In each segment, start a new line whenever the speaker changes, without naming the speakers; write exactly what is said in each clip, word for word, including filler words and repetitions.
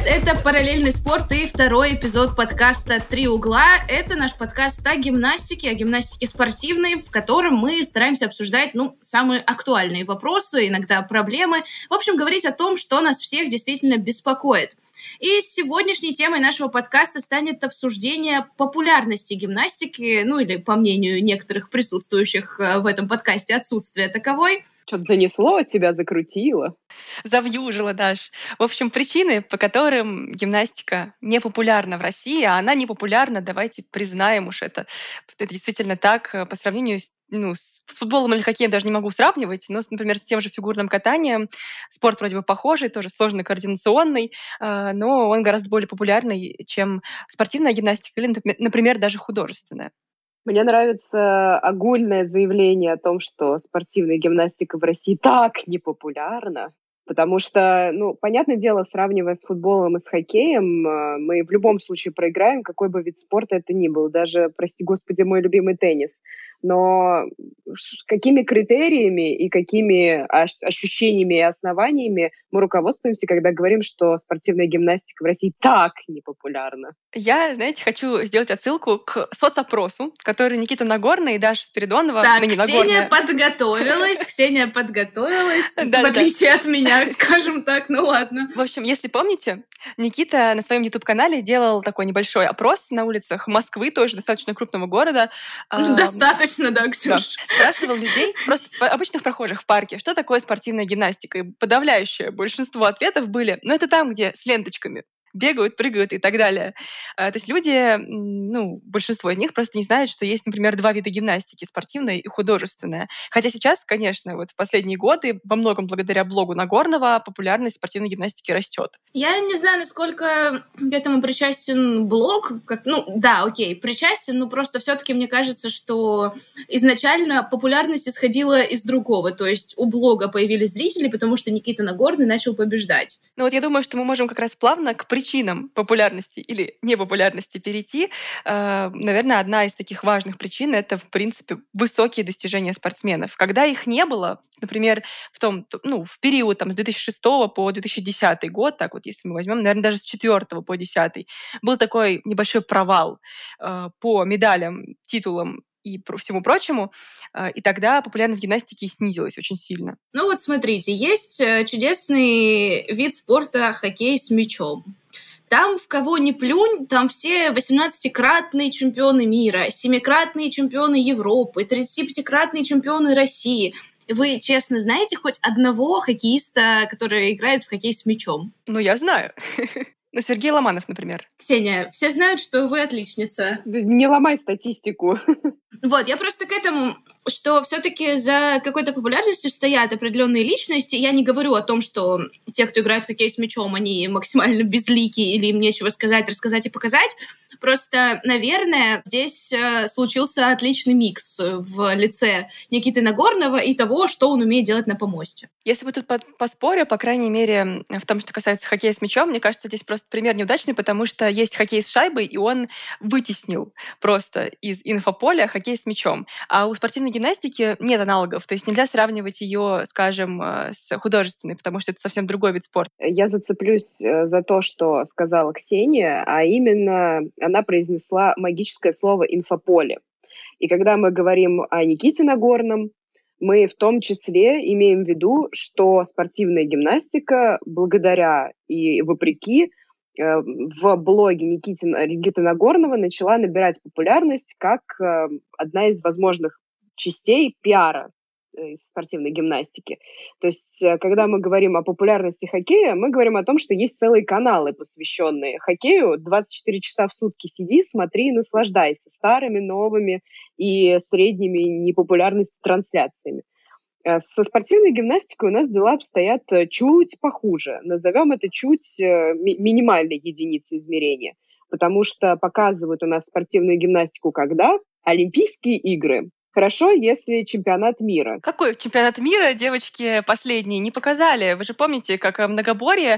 привет! Это «Параллельный спорт» и второй эпизод подкаста «Три угла». Это наш подкаст о гимнастике, о гимнастике спортивной, в котором мы стараемся обсуждать, ну, самые актуальные вопросы, иногда проблемы. В общем, говорить о том, что нас всех действительно беспокоит. И сегодняшней темой нашего подкаста станет обсуждение популярности гимнастики, ну или, по мнению некоторых присутствующих в этом подкасте, отсутствие таковой.
Что-то занесло, тебя закрутило.
Завьюжило, Даш. В общем, причины, по которым гимнастика не популярна в России, а она не популярна, давайте признаем уж это. Это действительно так по сравнению с ну, с футболом или хоккеем даже не могу сравнивать, но, например, с тем же фигурным катанием спорт вроде бы похожий, тоже сложный, координационный, но он гораздо более популярный, чем спортивная гимнастика или, например, даже художественная.
Мне нравится огульное заявление о том, что спортивная гимнастика в России так непопулярна, потому что, ну, понятное дело, сравнивая с футболом и с хоккеем, мы в любом случае проиграем, какой бы вид спорта это ни был, даже, прости господи, мой любимый теннис. Но какими критериями и какими ощущениями и основаниями мы руководствуемся, когда говорим, что спортивная гимнастика в России так непопулярна?
Я, знаете, хочу сделать отсылку к соцопросу, который Никита Нагорный и Даша Спиридонова...
Так, Ксения Нагорная... подготовилась, Ксения подготовилась, в отличие от меня, скажем так, ну ладно.
В общем, если помните, Никита на своем YouTube-канале делал такой небольшой опрос на улицах Москвы, тоже достаточно крупного города.
Достаточно. Да, Ксюш.
Да. Спрашивал людей, просто обычных прохожих в парке, что такое спортивная гимнастика. И подавляющее большинство ответов были, ну, это там, где с ленточками бегают, прыгают и так далее. То есть люди, ну, большинство из них просто не знают, что есть, например, два вида гимнастики, спортивная и художественная. Хотя сейчас, конечно, вот в последние годы во многом благодаря блогу Нагорного популярность спортивной гимнастики растет.
Я не знаю, насколько к этому причастен блог. Как, ну, да, окей, причастен, но просто все-таки мне кажется, что изначально популярность исходила из другого. То есть у блога появились зрители, потому что Никита Нагорный начал побеждать.
Ну вот я думаю, что мы можем как раз плавно к причинам популярности или непопулярности перейти. Наверное, одна из таких важных причин — это, в принципе, высокие достижения спортсменов. Когда их не было, например, в том, ну, в период там, с две тысячи шестого по две тысячи десятый год, так вот, если мы возьмем, наверное, даже с четвёртого по десятый, был такой небольшой провал по медалям, титулам и всему прочему, и тогда популярность гимнастики снизилась очень сильно.
Ну вот смотрите, есть чудесный вид спорта хоккей с мячом. Там в кого ни плюнь, там все восемнадцатикратные чемпионы мира, семикратные чемпионы Европы, тридцатипятикратные чемпионы России. Вы, честно, знаете хоть одного хоккеиста, который играет в хоккей с мячом?
Ну, я знаю. Ну, Сергей Ломанов, например.
Ксения, все знают, что вы отличница.
Не ломай статистику.
Вот, я просто к этому, что все-таки за какой-то популярностью стоят определенные личности. Я не говорю о том, что те, кто играет в хоккей с мячом, они максимально безликие или им нечего сказать, рассказать и показать. Просто, наверное, здесь э, случился отличный микс в лице Никиты Нагорного и того, что он умеет делать на помосте.
Если бы тут поспорю, по крайней мере, в том, что касается хоккея с мячом, мне кажется, здесь просто пример неудачный, потому что есть хоккей с шайбой, и он вытеснил просто из инфополя хоккей с мячом. А у спортивной гимнастики нет аналогов, то есть нельзя сравнивать ее, скажем, с художественной, потому что это совсем другой вид спорта.
Я зацеплюсь за то, что сказала Ксения, а именно она произнесла магическое слово «инфополе». И когда мы говорим о Никите Нагорном, мы в том числе имеем в виду, что спортивная гимнастика, благодаря и вопреки, в блоге Никиты, Никиты Нагорного начала набирать популярность как одна из возможных частей пиара из спортивной гимнастики. То есть, когда мы говорим о популярности хоккея, мы говорим о том, что есть целые каналы, посвященные хоккею. двадцать четыре часа в сутки сиди, смотри и наслаждайся старыми, новыми и средними непопулярности трансляциями. Со спортивной гимнастикой у нас дела обстоят чуть похуже. Назовем это чуть ми- минимальной единицей измерения. Потому что показывают у нас спортивную гимнастику когда? Олимпийские игры. Хорошо, если чемпионат мира.
Какой чемпионат мира, девочки, последние не показали? Вы же помните, как многоборье,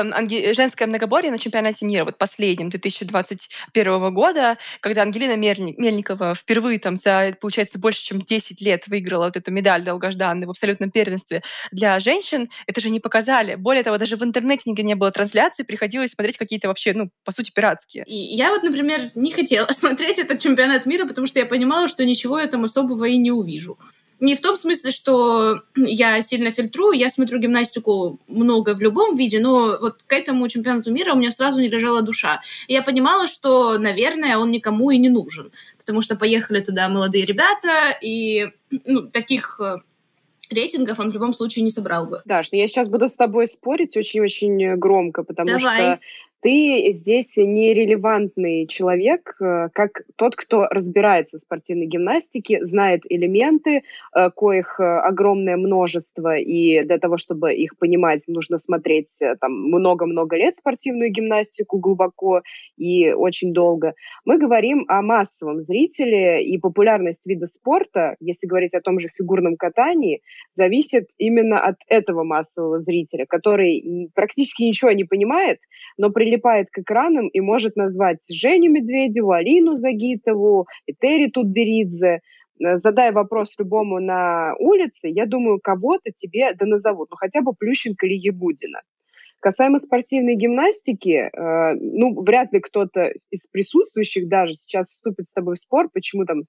э, женское многоборье на чемпионате мира, вот последнем, две тысячи двадцать первого года, когда Ангелина Мельникова впервые там за, получается, больше чем десять лет выиграла вот эту медаль долгожданную в абсолютном первенстве для женщин, это же не показали. Более того, даже в интернете нигде не было трансляции, приходилось смотреть какие-то вообще, ну, по сути, пиратские.
И я вот, например, не хотела смотреть этот чемпионат мира, потому что я понимала, что ничего я там особого и не увижу. Не в том смысле, что я сильно фильтрую, я смотрю гимнастику много в любом виде, но вот к этому чемпионату мира у меня сразу не лежала душа. И я понимала, что, наверное, он никому и не нужен, потому что поехали туда молодые ребята, и ну, таких рейтингов он в любом случае не собрал бы.
Даш, ну я сейчас буду с тобой спорить очень-очень громко, потому
Давай.
что ты здесь нерелевантный человек, как тот, кто разбирается в спортивной гимнастике, знает элементы, коих огромное множество, и для того, чтобы их понимать, нужно смотреть там много-много лет спортивную гимнастику глубоко и очень долго. Мы говорим о массовом зрителе, и популярность вида спорта, если говорить о том же фигурном катании, зависит именно от этого массового зрителя, который практически ничего не понимает, но при прилипает к экранам и может назвать Женю Медведеву, Алину Загитову, Этери Тутберидзе. Задай вопрос любому на улице, я думаю, кого-то тебе да назовут, ну хотя бы Плющенко или Ягудина. Касаемо спортивной гимнастики, э, ну, вряд ли кто-то из присутствующих даже сейчас вступит с тобой в спор, почему там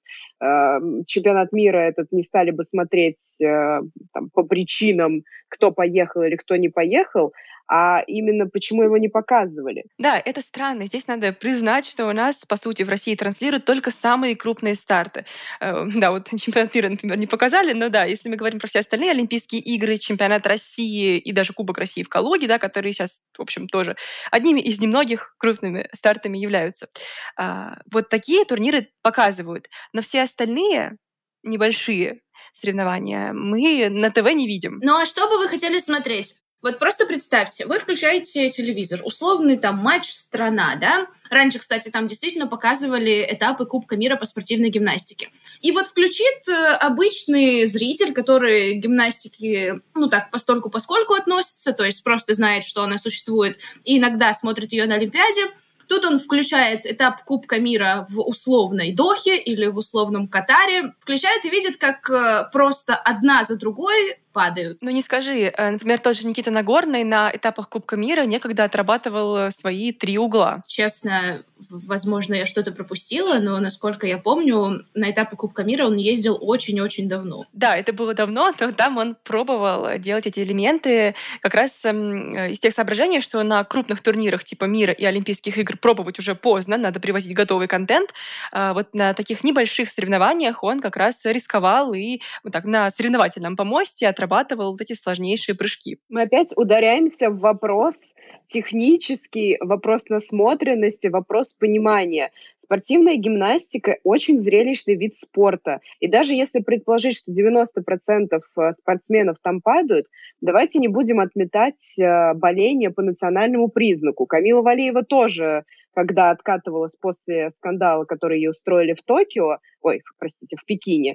э, чемпионат мира этот не стали бы смотреть э, там, по причинам, кто поехал или кто не поехал, а именно почему его не показывали.
Да, это странно. Здесь надо признать, что у нас, по сути, в России транслируют только самые крупные старты. Э, да, вот чемпионат мира, например, не показали, но да, если мы говорим про все остальные Олимпийские игры, чемпионат России и даже Кубок России в Калуге, да, которые сейчас, в общем, тоже одними из немногих крупными стартами являются. А, вот такие турниры показывают. Но все остальные небольшие соревнования мы на ТВ не видим.
Ну а что бы вы хотели смотреть? Вот просто представьте, вы включаете телевизор, условный там матч «Страна», да? Раньше, кстати, там действительно показывали этапы Кубка мира по спортивной гимнастике. И вот включит обычный зритель, который к гимнастике, ну так, постольку-поскольку относится, то есть просто знает, что она существует, и иногда смотрит ее на Олимпиаде. Тут он включает этап Кубка мира в условной Дохе или в условном Катаре, включает и видит, как просто одна за другой падают.
Ну не скажи, например, тот же Никита Нагорный на этапах Кубка мира некогда отрабатывал свои три угла.
Честно, возможно, я что-то пропустила, но, насколько я помню, на этапы Кубка мира он ездил очень-очень давно.
Да, это было давно, но там он пробовал делать эти элементы как раз из тех соображений, что на крупных турнирах типа мира и Олимпийских игр пробовать уже поздно, надо привозить готовый контент. Вот на таких небольших соревнованиях он как раз рисковал и вот так на соревновательном помосте отрабатывал вот эти сложнейшие прыжки.
Мы опять ударяемся в вопрос технический, вопрос насмотренности, вопрос понимания. Спортивная гимнастика – очень зрелищный вид спорта. И даже если предположить, что девяносто процентов спортсменов там падают, давайте не будем отметать боление по национальному признаку. Камила Валиева тоже, когда откатывалась после скандала, который ей устроили в Токио, ой, простите, в Пекине,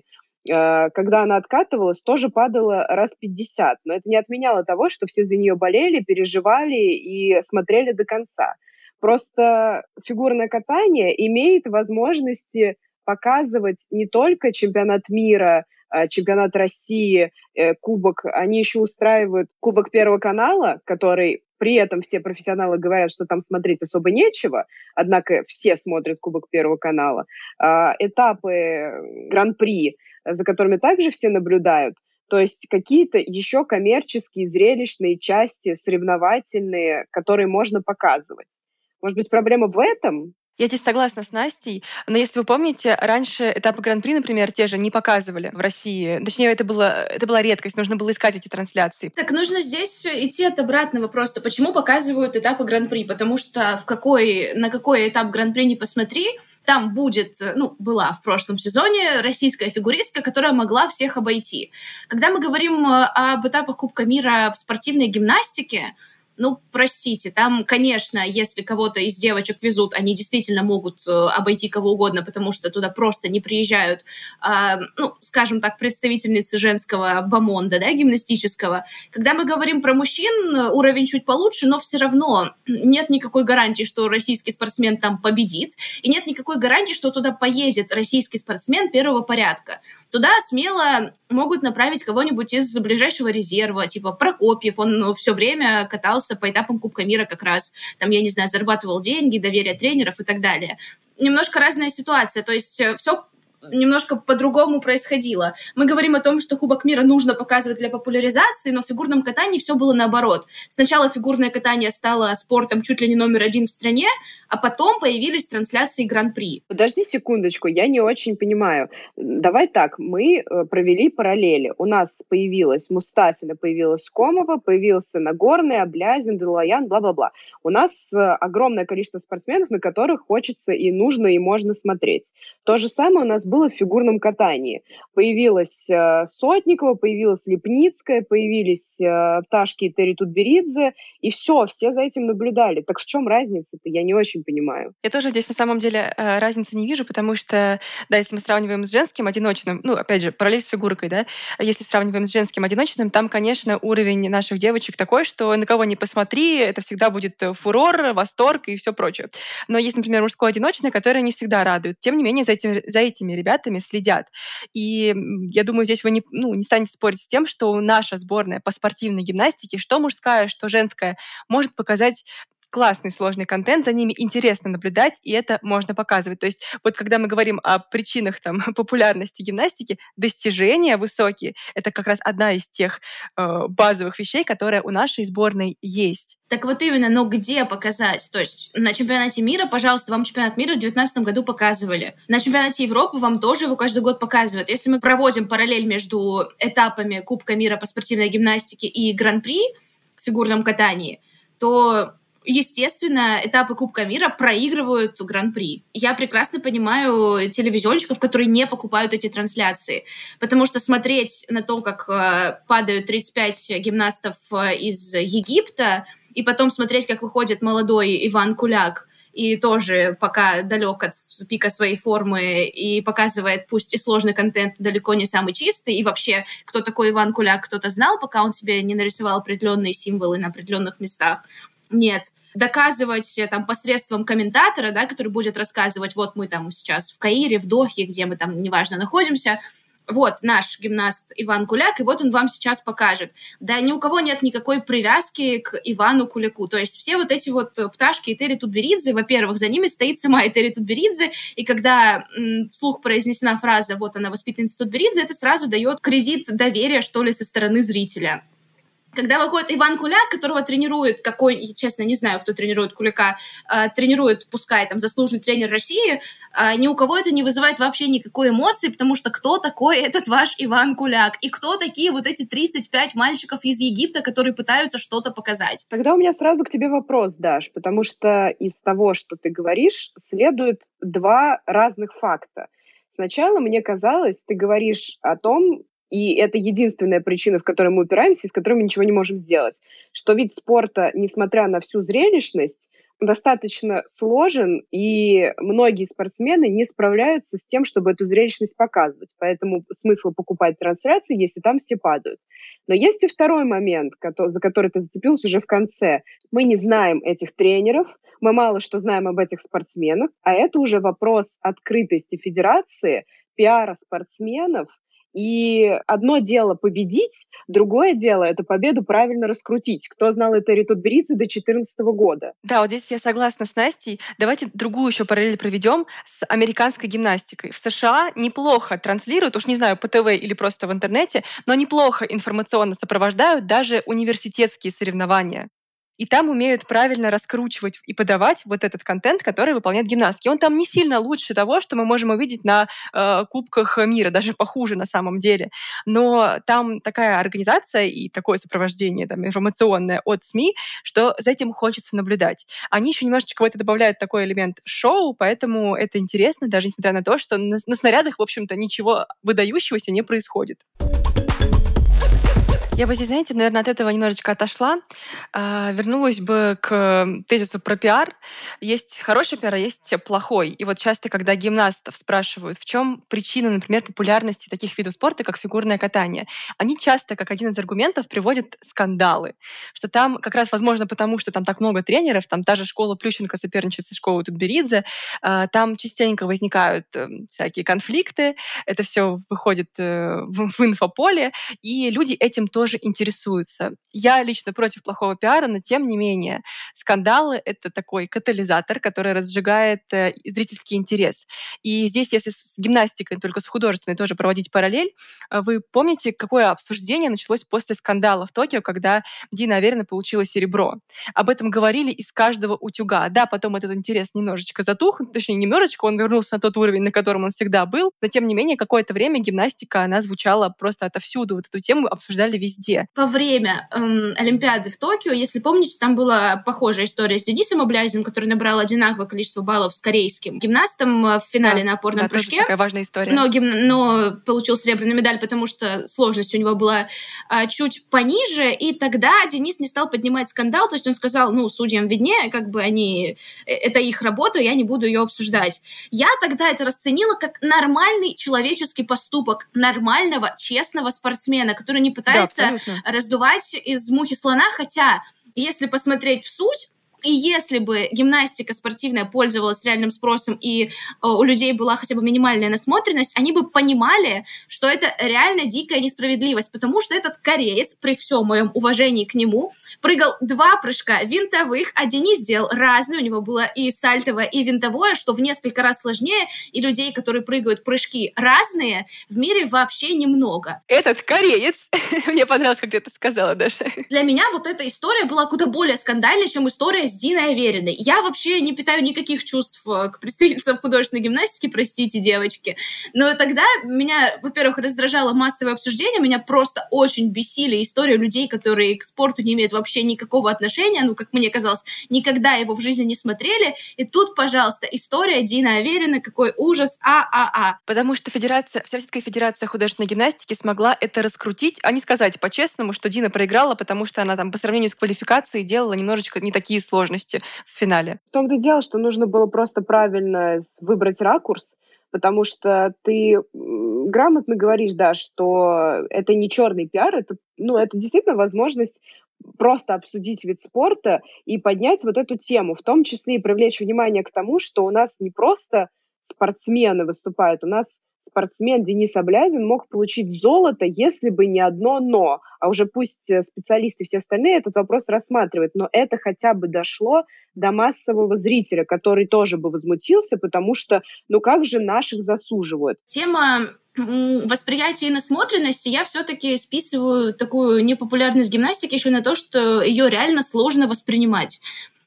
когда она откатывалась, тоже падала раз пятьдесят. Но это не отменяло того, что все за нее болели, переживали и смотрели до конца. Просто фигурное катание имеет возможности показывать не только чемпионат мира, чемпионат России, кубок. Они еще устраивают Кубок Первого канала, который... При этом все профессионалы говорят, что там смотреть особо нечего, однако все смотрят Кубок Первого канала. Этапы Гран-при, за которыми также все наблюдают, то есть какие-то еще коммерческие, зрелищные части, соревновательные, которые можно показывать. Может быть, проблема в этом?
Я здесь согласна с Настей, но если вы помните, раньше этапы Гран-при, например, те же не показывали в России. Точнее, это, было, это была редкость, нужно было искать эти трансляции.
Так нужно здесь идти от обратного просто. Почему показывают этапы Гран-при? Потому что в какой, на какой этап Гран-при не посмотри, там будет, ну, была в прошлом сезоне российская фигуристка, которая могла всех обойти. Когда мы говорим об этапах Кубка мира в спортивной гимнастике, ну, простите, там, конечно, если кого-то из девочек везут, они действительно могут э, обойти кого угодно, потому что туда просто не приезжают, э, ну, скажем так, представительницы женского бомонда, да, гимнастического. Когда мы говорим про мужчин, уровень чуть получше, но все равно нет никакой гарантии, что российский спортсмен там победит, и нет никакой гарантии, что туда поедет российский спортсмен первого порядка. Туда смело могут направить кого-нибудь из ближайшего резерва, типа Прокопьев, он ну, все время катался по этапам Кубка мира как раз, там, я не знаю, зарабатывал деньги, доверие тренеров и так далее. Немножко разная ситуация, то есть все немножко по-другому происходило. Мы говорим о том, что Кубок мира нужно показывать для популяризации, но в фигурном катании все было наоборот. Сначала фигурное катание стало спортом чуть ли не номер один в стране, а потом появились трансляции Гран-при.
Подожди секундочку, я не очень понимаю. Давай так, мы провели параллели. У нас появилась Мустафина, появилась Комова, появился Нагорный, Аблязин, Далаян, бла-бла-бла. У нас огромное количество спортсменов, на которых хочется и нужно, и можно смотреть. То же самое у нас было в фигурном катании. Появилась э, Сотникова, появилась Лепницкая, появились э, Пташки и Терри Тутберидзе, и все, все за этим наблюдали. Так в чем разница-то? Я не очень понимаю.
Я тоже здесь на самом деле э, разницы не вижу, потому что, да, если мы сравниваем с женским одиночным, ну, опять же, параллель с фигуркой, да, если сравниваем с женским одиночным, там, конечно, уровень наших девочек такой, что на кого ни посмотри, это всегда будет фурор, восторг и все прочее. Но есть, например, мужское одиночное, которое не всегда радует. Тем не менее, за этим, за этими ребятами следят. И я думаю, здесь вы не, ну, не станете спорить с тем, что наша сборная по спортивной гимнастике, что мужская, что женская, может показать классный, сложный контент, за ними интересно наблюдать, и это можно показывать. То есть вот когда мы говорим о причинах там, популярности гимнастики, достижения высокие, это как раз одна из тех э, базовых вещей, которая у нашей сборной есть.
Так вот именно, но где показать? То есть на чемпионате мира, пожалуйста, вам чемпионат мира в две тысячи девятнадцатом году показывали. На чемпионате Европы вам тоже его каждый год показывают. Если мы проводим параллель между этапами Кубка мира по спортивной гимнастике и Гран-при в фигурном катании, то естественно, этапы Кубка мира проигрывают Гран-при. Я прекрасно понимаю телевизионщиков, которые не покупают эти трансляции, потому что смотреть на то, как э, падают тридцать пять гимнастов из Египта, и потом смотреть, как выходит молодой Иван Куляк, и тоже пока далек от пика своей формы, и показывает, пусть и сложный контент, далеко не самый чистый, и вообще, кто такой Иван Куляк, кто-то знал, пока он себе не нарисовал определенные символы на определенных местах. Нет. Доказывать там посредством комментатора, да, который будет рассказывать, вот мы там сейчас в Каире, в Дохе, где мы там, неважно, находимся, вот наш гимнаст Иван Куляк, и вот он вам сейчас покажет. Да ни у кого нет никакой привязки к Ивану Куляку. То есть все вот эти вот Пташки и Терри Тутберидзе, во-первых, за ними стоит сама Терри Тутберидзе, и когда м, вслух произнесена фраза «вот она, воспитанница Тутберидзе», это сразу дает кредит доверия, что ли, со стороны зрителя. Когда выходит Иван Куляк, которого тренирует какой, честно, не знаю, кто тренирует Куляка, э, тренирует, пускай, там, заслуженный тренер России, э, ни у кого это не вызывает вообще никакой эмоции, потому что кто такой этот ваш Иван Куляк? И кто такие вот эти тридцать пять мальчиков из Египта, которые пытаются что-то показать?
Тогда у меня сразу к тебе вопрос, Даш, потому что из того, что ты говоришь, следует два разных факта. Сначала мне казалось, ты говоришь о том, и это единственная причина, в которой мы упираемся, и с которой мы ничего не можем сделать, что вид спорта, несмотря на всю зрелищность, достаточно сложен, и многие спортсмены не справляются с тем, чтобы эту зрелищность показывать. Поэтому смысл покупать трансляции, если там все падают. Но есть и второй момент, за который ты зацепился уже в конце. Мы не знаем этих тренеров, мы мало что знаем об этих спортсменах, а это уже вопрос открытости федерации, пиара спортсменов. И одно дело победить, другое дело эту победу правильно раскрутить. Кто знал это Терри Тутберидзе до две тысячи четырнадцатого года?
Да, вот здесь я согласна с Настей. Давайте другую еще параллель проведем с американской гимнастикой. В США неплохо транслируют, уж не знаю, по ТВ или просто в интернете, но неплохо информационно сопровождают даже университетские соревнования. И там умеют правильно раскручивать и подавать вот этот контент, который выполняют гимнастки. Он там не сильно лучше того, что мы можем увидеть на э, Кубках мира, даже похуже на самом деле. Но там такая организация и такое сопровождение там, информационное от СМИ, что за этим хочется наблюдать. Они еще немножечко в это добавляют такой элемент шоу, поэтому это интересно, даже несмотря на то, что на, на снарядах, в общем-то, ничего выдающегося не происходит. Я бы здесь, знаете, наверное, от этого немножечко отошла. А, вернулась бы к тезису про пиар. Есть хороший пиар, а есть плохой. И вот часто, когда гимнастов спрашивают, в чем причина, например, популярности таких видов спорта, как фигурное катание, они часто, как один из аргументов, приводят скандалы. Что там как раз, возможно, потому что там так много тренеров, там та же школа Плющенко соперничает со школой Тутберидзе, а, там частенько возникают э, всякие конфликты, это все выходит э, в, в инфополе, и люди этим тоже интересуются. Я лично против плохого пиара, но тем не менее скандалы — это такой катализатор, который разжигает э, зрительский интерес. И здесь, если с гимнастикой, только с художественной тоже проводить параллель, э, вы помните, какое обсуждение началось после скандала в Токио, когда Дина Аверина получила серебро? Об этом говорили из каждого утюга. Да, потом этот интерес немножечко затух, точнее, немножечко, он вернулся на тот уровень, на котором он всегда был, но тем не менее какое-то время гимнастика, она звучала просто отовсюду. Вот эту тему обсуждали везде.
Во время эм, Олимпиады в Токио, если помните, там была похожая история с Денисом Облязиным, который набрал одинаковое количество баллов с корейским гимнастом в финале
да,
на опорном
да,
прыжке.
Тоже такая важная история.
Но, гим... но получил серебряную медаль, потому что сложность у него была а, чуть пониже, и тогда Денис не стал поднимать скандал, то есть он сказал, ну, судьям виднее, как бы они... Это их работа, я не буду ее обсуждать. Я тогда это расценила как нормальный человеческий поступок нормального, честного спортсмена, который не пытается да, раздувать из мухи слона, хотя, если посмотреть в суть, и если бы гимнастика спортивная пользовалась реальным спросом и э, у людей была хотя бы минимальная насмотренность, они бы понимали, что это реально дикая несправедливость, потому что этот кореец, при всем моем уважении к нему, прыгал два прыжка винтовых, а Денис сделал разные, у него было и сальтовое, и винтовое, что в несколько раз сложнее, и людей, которые прыгают прыжки разные, в мире вообще немного.
Этот кореец, мне понравилось, как ты это сказала, Даша.
Для меня вот эта история была куда более скандальной, чем история с Диной Авериной. Я вообще не питаю никаких чувств к представительствам художественной гимнастики, простите, девочки. Но тогда меня, во-первых, раздражало массовое обсуждение, меня просто очень бесили истории людей, которые к спорту не имеют вообще никакого отношения, ну, как мне казалось, никогда его в жизни не смотрели. И тут, пожалуйста, история Дины Авериной, какой ужас, а-а-а.
Потому что Федерация, Всероссийская Федерация художественной гимнастики смогла это раскрутить, а не сказать по-честному, что Дина проиграла, потому что она там по сравнению с квалификацией делала немножечко не такие сложности в финале.
В том-то и дело, что нужно было просто правильно выбрать ракурс, потому что ты грамотно говоришь, да, что это не черный пиар, это, ну, это действительно возможность просто обсудить вид спорта и поднять вот эту тему, в том числе и привлечь внимание к тому, что у нас не просто спортсмены выступают, у нас спортсмен Денис Облязин мог получить золото, если бы не одно «но». А уже пусть специалисты и все остальные этот вопрос рассматривают, но это хотя бы дошло до массового зрителя, который тоже бы возмутился, потому что, ну как же наших засуживают?
Тема восприятия и насмотренности я все-таки списываю такую непопулярность гимнастики еще на то, что ее реально сложно воспринимать.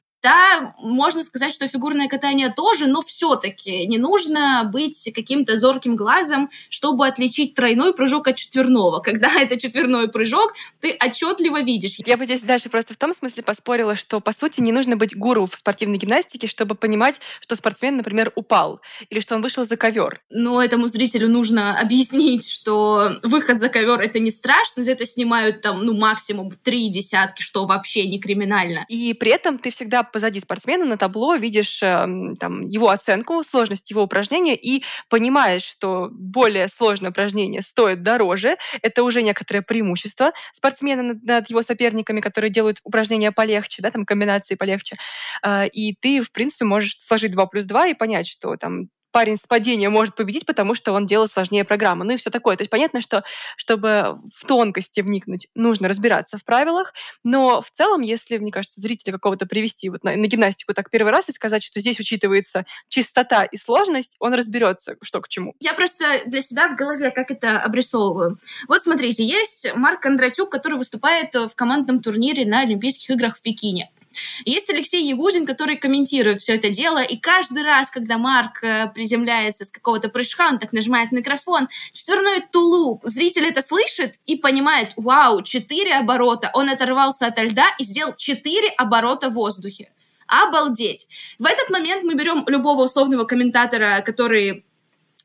Да, можно сказать, что фигурное катание тоже, но все-таки не нужно быть каким-то зорким глазом, чтобы отличить тройной прыжок от четверного. Когда это четверной прыжок, ты отчетливо видишь.
Я бы здесь дальше просто в том смысле поспорила, что, по сути, не нужно быть гуру в спортивной гимнастике, чтобы понимать, что спортсмен, например, упал или что он вышел за ковер.
Но этому зрителю нужно объяснить, что выход за ковер — это не страшно, за это снимают там, ну, максимум три десятки, что вообще не криминально.
И при этом ты всегда позади спортсмена на табло видишь э, там, его оценку, сложность его упражнения и понимаешь, что более сложное упражнение стоит дороже. Это уже некоторое преимущество спортсмена над, над его соперниками, которые делают упражнения полегче, да, там комбинации полегче. Э, и ты, в принципе, можешь сложить два плюс два и понять, что там парень с падения может победить, потому что он делал сложнее программу. Ну и все такое. То есть понятно, что чтобы в тонкости вникнуть, нужно разбираться в правилах, но в целом, если, мне кажется, зрителя какого-то привести вот на, на гимнастику так первый раз и сказать, что здесь учитывается чистота и сложность, он разберется, что к чему.
Я просто для себя в голове как это обрисовываю. Вот смотрите, есть Марк Кондратюк, который выступает в командном турнире на Олимпийских играх в Пекине. Есть Алексей Ягудин, который комментирует все это дело, и каждый раз, когда Марк приземляется с какого-то прыжка, он так нажимает микрофон, четверной тулуп, зритель это слышит и понимает, вау, четыре оборота, он оторвался от льда и сделал четыре оборота в воздухе. Обалдеть! В этот момент мы берем любого условного комментатора, который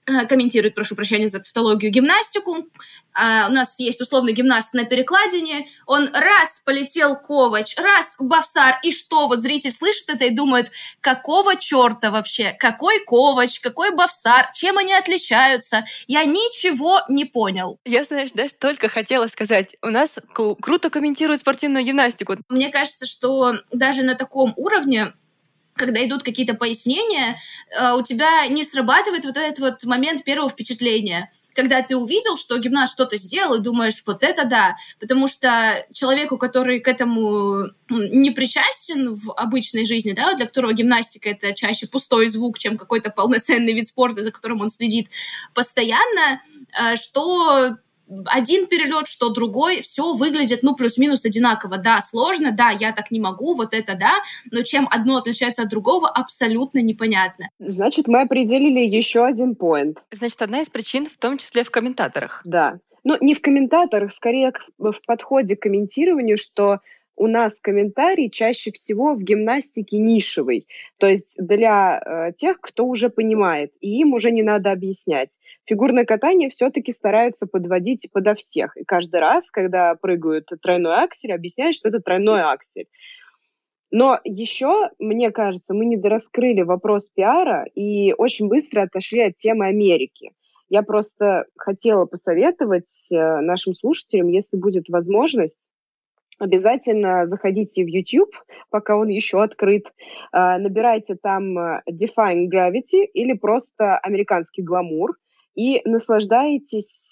комментирует, прошу прощения за тавтологию, гимнастику. А у нас есть условный гимнаст на перекладине. Он раз полетел Ковач, раз Бавсар. И что? Вот зритель слышит это и думает, какого черта вообще? Какой Ковач? Какой Бавсар? Чем они отличаются? Я ничего не понял.
Я, знаешь, даже только хотела сказать, у нас к- круто комментируют спортивную гимнастику.
Мне кажется, что даже на таком уровне, когда идут какие-то пояснения, у тебя не срабатывает вот этот вот момент первого впечатления. Когда ты увидел, что гимнаст что-то сделал, и думаешь, вот это да. Потому что человеку, который к этому не причастен в обычной жизни, да, для которого гимнастика — это чаще пустой звук, чем какой-то полноценный вид спорта, за которым он следит постоянно, что один перелет, что другой, все выглядит, ну, плюс-минус одинаково. Да, сложно, да, я так не могу, вот это да, но чем одно отличается от другого, абсолютно непонятно.
Значит, мы определили еще один поинт.
Значит, одна из причин в том числе в комментаторах.
Да. Ну, не в комментаторах, скорее в подходе к комментированию, что у нас комментарий чаще всего в гимнастике нишевый, то есть для э, тех, кто уже понимает, и им уже не надо объяснять. Фигурное катание все-таки стараются подводить подо всех. И каждый раз, когда прыгают тройной аксель, объясняют, что это тройной аксель. Но еще, мне кажется, мы недораскрыли вопрос пиара и очень быстро отошли от темы Америки. Я просто хотела посоветовать э, нашим слушателям, если будет возможность, обязательно заходите в YouTube, пока он еще открыт, набирайте там Defying Gravity или просто американский гламур и наслаждаетесь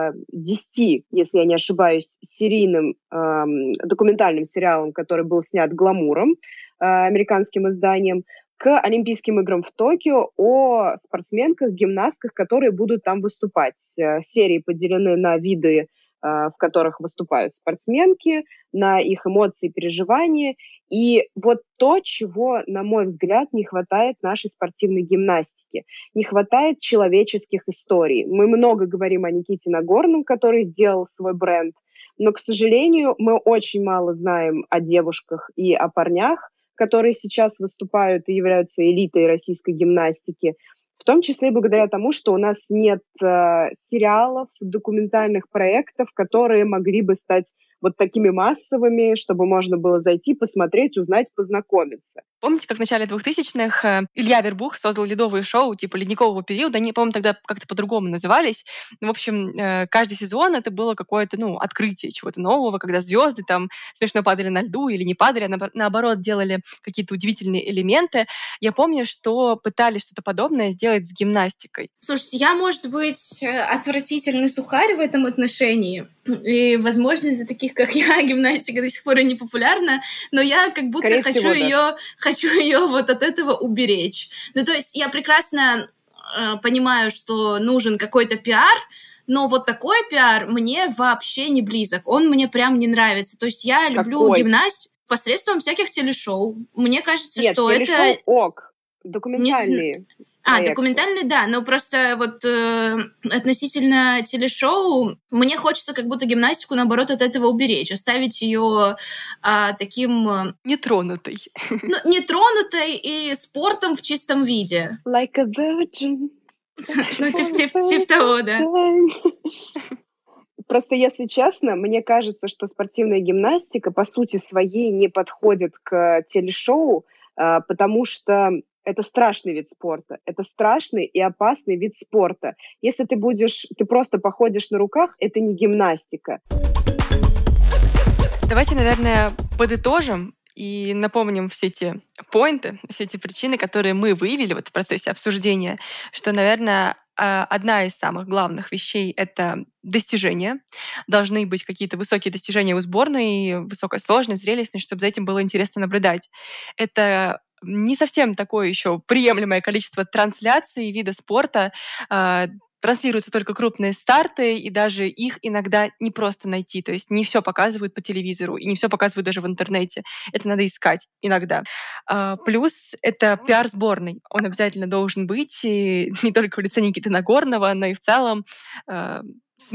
десятью, если я не ошибаюсь, серийным документальным сериалом, который был снят гламуром, американским изданием, к Олимпийским играм в Токио о спортсменках, гимнастках, которые будут там выступать. Серии поделены на виды, в которых выступают спортсменки, на их эмоции, переживания. И вот то, чего, на мой взгляд, не хватает нашей спортивной гимнастике. Не хватает человеческих историй. Мы много говорим о Никите Нагорном, который сделал свой бренд, но, к сожалению, мы очень мало знаем о девушках и о парнях, которые сейчас выступают и являются элитой российской гимнастики. В том числе благодаря тому, что у нас нет э, сериалов, документальных проектов, которые могли бы стать вот такими массовыми, чтобы можно было зайти, посмотреть, узнать, познакомиться.
Помните, как в начале двухтысячных Илья Вербух создал ледовые шоу типа «Ледникового периода»? Они, по-моему, тогда как-то по-другому назывались. В общем, каждый сезон это было какое-то, ну, открытие чего-то нового, когда звезды там смешно падали на льду или не падали, а наоборот делали какие-то удивительные элементы. Я помню, что пытались что-то подобное сделать с гимнастикой.
Слушайте, я, может быть, отвратительный сухарь в этом отношении. И, возможно, из-за таких, как я, гимнастика до сих пор и не популярна, но я как будто Скорее хочу ее, хочу ее вот от этого уберечь. Ну, то есть я прекрасно э, понимаю, что нужен какой-то пиар, но вот такой пиар мне вообще не близок. Он мне прям не нравится. То есть я люблю
Какой?
гимнастику посредством всяких телешоу. Мне кажется,
Нет,
что
телешоу
это...
ок, документальные.
Не... А, документальный, да, но просто вот э, относительно телешоу мне хочется как будто гимнастику, наоборот, от этого уберечь, оставить ее э, таким... Э,
нетронутой.
Ну, нетронутой и спортом в чистом виде.
Like a virgin.
Ну, типа того, да.
Просто, если честно, мне кажется, что спортивная гимнастика по сути своей не подходит к телешоу, потому что это страшный вид спорта. Это страшный и опасный вид спорта. Если ты будешь, ты просто походишь на руках, это не гимнастика.
Давайте, наверное, подытожим и напомним все эти поинты, все эти причины, которые мы выявили вот в процессе обсуждения, что, наверное, одна из самых главных вещей — это достижения. Должны быть какие-то высокие достижения у сборной, высокая сложность, зрелищность, чтобы за этим было интересно наблюдать. Это не совсем такое еще приемлемое количество трансляций вида спорта. Транслируются только крупные старты, и даже их иногда не просто найти. То есть не все показывают по телевизору, и не все показывают даже в интернете. Это надо искать иногда. Плюс это пиар сборной. Он обязательно должен быть, и не только в лице Никиты Нагорного, но и в целом СМИ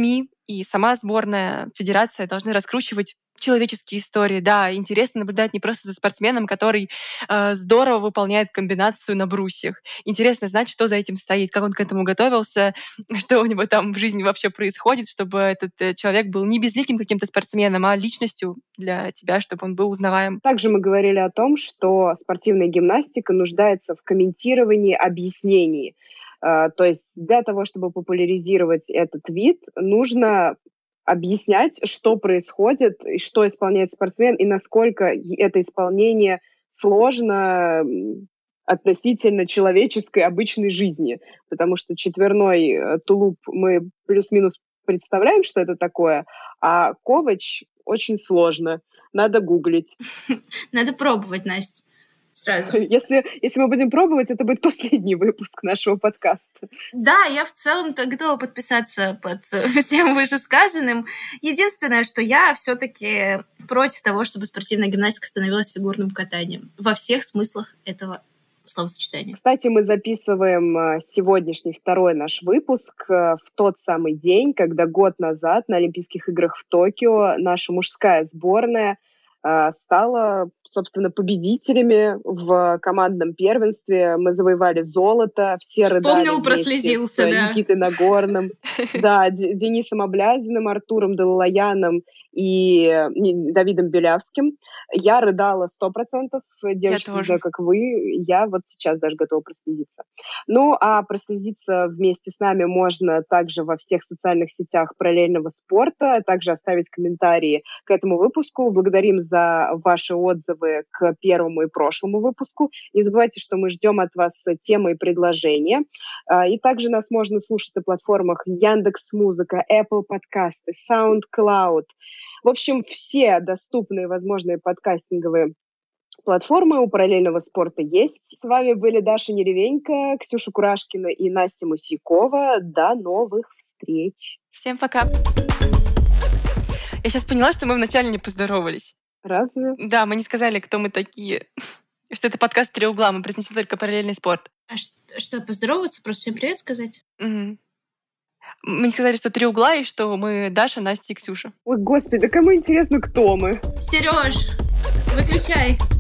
и сама сборная, федерация должны раскручивать человеческие истории. Да, интересно наблюдать не просто за спортсменом, который э, здорово выполняет комбинацию на брусьях. Интересно знать, что за этим стоит, как он к этому готовился, что у него там в жизни вообще происходит, чтобы этот э, человек был не безликим каким-то спортсменом, а личностью для тебя, чтобы он был узнаваем.
Также мы говорили о том, что спортивная гимнастика нуждается в комментировании, объяснении. Э, то есть для того, чтобы популяризировать этот вид, нужно объяснять, что происходит, и что исполняет спортсмен, и насколько это исполнение сложно относительно человеческой обычной жизни. Потому что четверной тулуп мы плюс-минус представляем, что это такое, а ковач очень сложно. Надо гуглить.
Надо пробовать, Настя. Сразу.
Если, если мы будем пробовать, это будет последний выпуск нашего подкаста.
Да, я в целом-то готова подписаться под всем вышесказанным. Единственное, что я все-таки против того, чтобы спортивная гимнастика становилась фигурным катанием. Во всех смыслах этого словосочетания.
Кстати, мы записываем сегодняшний второй наш выпуск в тот самый день, когда год назад на Олимпийских играх в Токио наша мужская сборная стала, собственно, победителями в командном первенстве. Мы завоевали золото, все
Вспомнил,
рыдали
прослезился,
с
да.
Никитой Нагорным, да, Денисом Облязиным, Артуром Далалаяном и Давидом Белявским. Я рыдала сто процентов. Девочки, не знаю, как вы. Я вот сейчас даже готова прослезиться. Ну, а прослезиться вместе с нами можно также во всех социальных сетях параллельного спорта, также оставить комментарии к этому выпуску. Благодарим за ваши отзывы к первому и прошлому выпуску. Не забывайте, что мы ждем от вас темы и предложения. И также нас можно слушать на платформах Яндекс.Музыка, Apple подкасты, SoundCloud. В общем, все доступные возможные подкастинговые платформы у параллельного спорта есть. С вами были Даша Неревенько, Ксюша Курашкина и Настя Мусейкова. До новых встреч.
Всем пока. Я сейчас поняла, что мы вначале не поздоровались.
Разве?
Да, мы не сказали, кто мы такие. Что это подкаст «Три угла», мы произнесли только параллельный спорт.
А что, что поздороваться? Просто всем привет сказать?
Угу. Мы не сказали, что «Три угла» и что мы Даша, Настя и Ксюша.
Ой, господи, да кому интересно, кто мы?
Серёж, выключай.